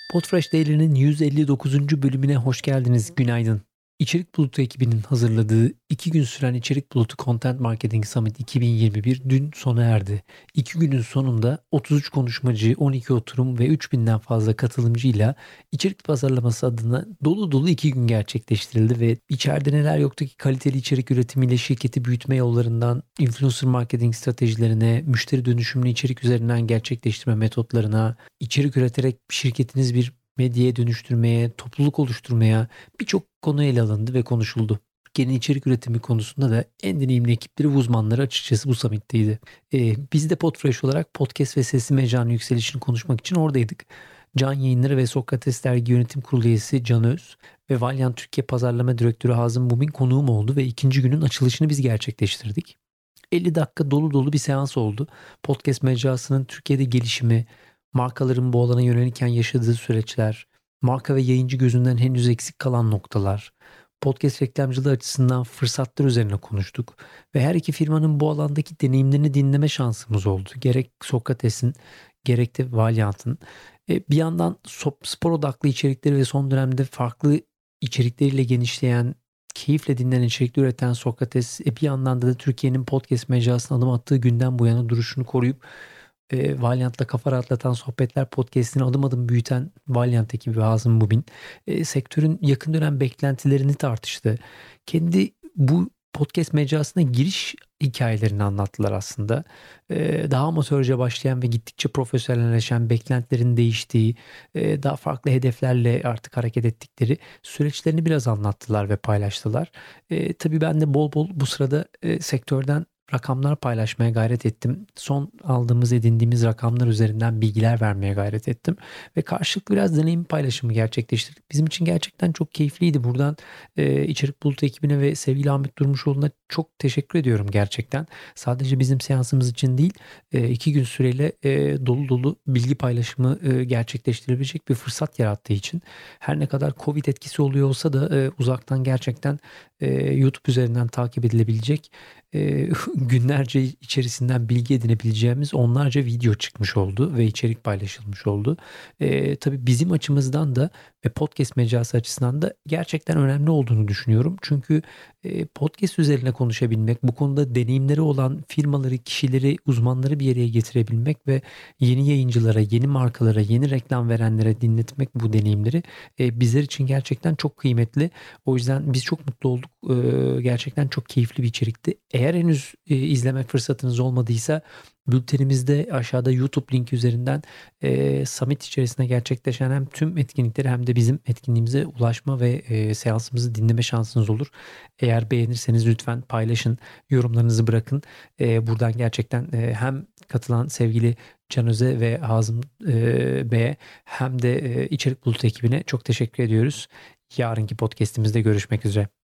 Podfresh Daily'nin 159. bölümüne hoş geldiniz. Günaydın. İçerik Bulutu ekibinin hazırladığı 2 gün süren İçerik Bulutu Content Marketing Summit 2021 dün sona erdi. 2 günün sonunda 33 konuşmacı, 12 oturum ve 3000'den fazla katılımcıyla içerik pazarlaması adına dolu dolu 2 gün gerçekleştirildi ve içeride neler yoktu ki kaliteli içerik üretimiyle şirketi büyütme yollarından influencer marketing stratejilerine, müşteri dönüşümlü içerik üzerinden gerçekleştirme metotlarına, içerik üreterek şirketiniz bir medyaya dönüştürmeye, topluluk oluşturmaya birçok konu ele alındı ve konuşuldu. Genel içerik üretimi konusunda da en deneyimli ekipleri ve uzmanları açıkçası bu summitteydi. Biz de Podfresh olarak podcast ve sesli mecranın yükselişini konuşmak için oradaydık. Can Yayınları ve Sokrates Dergi Yönetim Kurulu üyesi Can Öz ve Valiant Türkiye Pazarlama Direktörü Hazım Bumin konuğum oldu ve ikinci günün açılışını biz gerçekleştirdik. 50 dakika dolu dolu bir seans oldu. Podcast mecrasının Türkiye'de gelişimi, markaların bu alana yönelirken yaşadığı süreçler, marka ve yayıncı gözünden henüz eksik kalan noktalar, podcast reklamcılığı açısından fırsatlar üzerine konuştuk ve her iki firmanın bu alandaki deneyimlerini dinleme şansımız oldu. Gerek Sokrates'in gerek de Valiant'ın. Bir yandan spor odaklı içerikleri ve son dönemde farklı içerikleriyle genişleyen, keyifle dinlenen içerikler üreten Sokrates bir yandan da Türkiye'nin podcast mecrasına adım attığı günden bu yana duruşunu koruyup Valiant'la kafa rahatlatan sohbetler podcast'ini adım adım büyüten Valiant ekibi Hazım Bubin sektörün yakın dönem beklentilerini tartıştı. Kendi bu podcast mecrasına giriş hikayelerini anlattılar aslında. Daha amatörce başlayan ve gittikçe profesyonelleşen, beklentilerin değiştiği, daha farklı hedeflerle artık hareket ettikleri süreçlerini biraz anlattılar ve paylaştılar. Tabii ben de bol bol bu sırada sektörden rakamlar paylaşmaya gayret ettim. Son aldığımız, edindiğimiz rakamlar üzerinden bilgiler vermeye gayret ettim. Ve karşılıklı biraz deneyim paylaşımı gerçekleştirdik. Bizim için gerçekten çok keyifliydi. Buradan İçerik Bulutu ekibine ve sevgili Ahmet Durmuşoğlu'na çok teşekkür ediyorum gerçekten. Sadece bizim seansımız için değil, 2 gün süreyle dolu dolu bilgi paylaşımı gerçekleştirebilecek bir fırsat yarattığı için. Her ne kadar Covid etkisi oluyor olsa da uzaktan gerçekten YouTube üzerinden takip edilebilecek, günlerce içerisinden bilgi edinebileceğimiz onlarca video çıkmış oldu ve içerik paylaşılmış oldu. Tabii bizim açımızdan da ve podcast mecrası açısından da gerçekten önemli olduğunu düşünüyorum. Çünkü podcast üzerine konuşabilmek, bu konuda deneyimleri olan firmaları, kişileri, uzmanları bir araya getirebilmek ve yeni yayıncılara, yeni markalara, yeni reklam verenlere dinletmek bu deneyimleri bizler için gerçekten çok kıymetli. O yüzden biz çok mutlu olduk. Gerçekten çok keyifli bir içerikti. Eğer henüz izleme fırsatınız olmadıysa bültenimizde aşağıda YouTube linki üzerinden summit içerisinde gerçekleşen hem tüm etkinlikleri hem de bizim etkinliğimize ulaşma ve seansımızı dinleme şansınız olur. Eğer beğenirseniz lütfen paylaşın, yorumlarınızı bırakın. Buradan gerçekten hem katılan sevgili Can Öz'e ve Hazım Bey'e hem de İçerik Bulutu ekibine çok teşekkür ediyoruz. Yarınki podcast'imizde görüşmek üzere.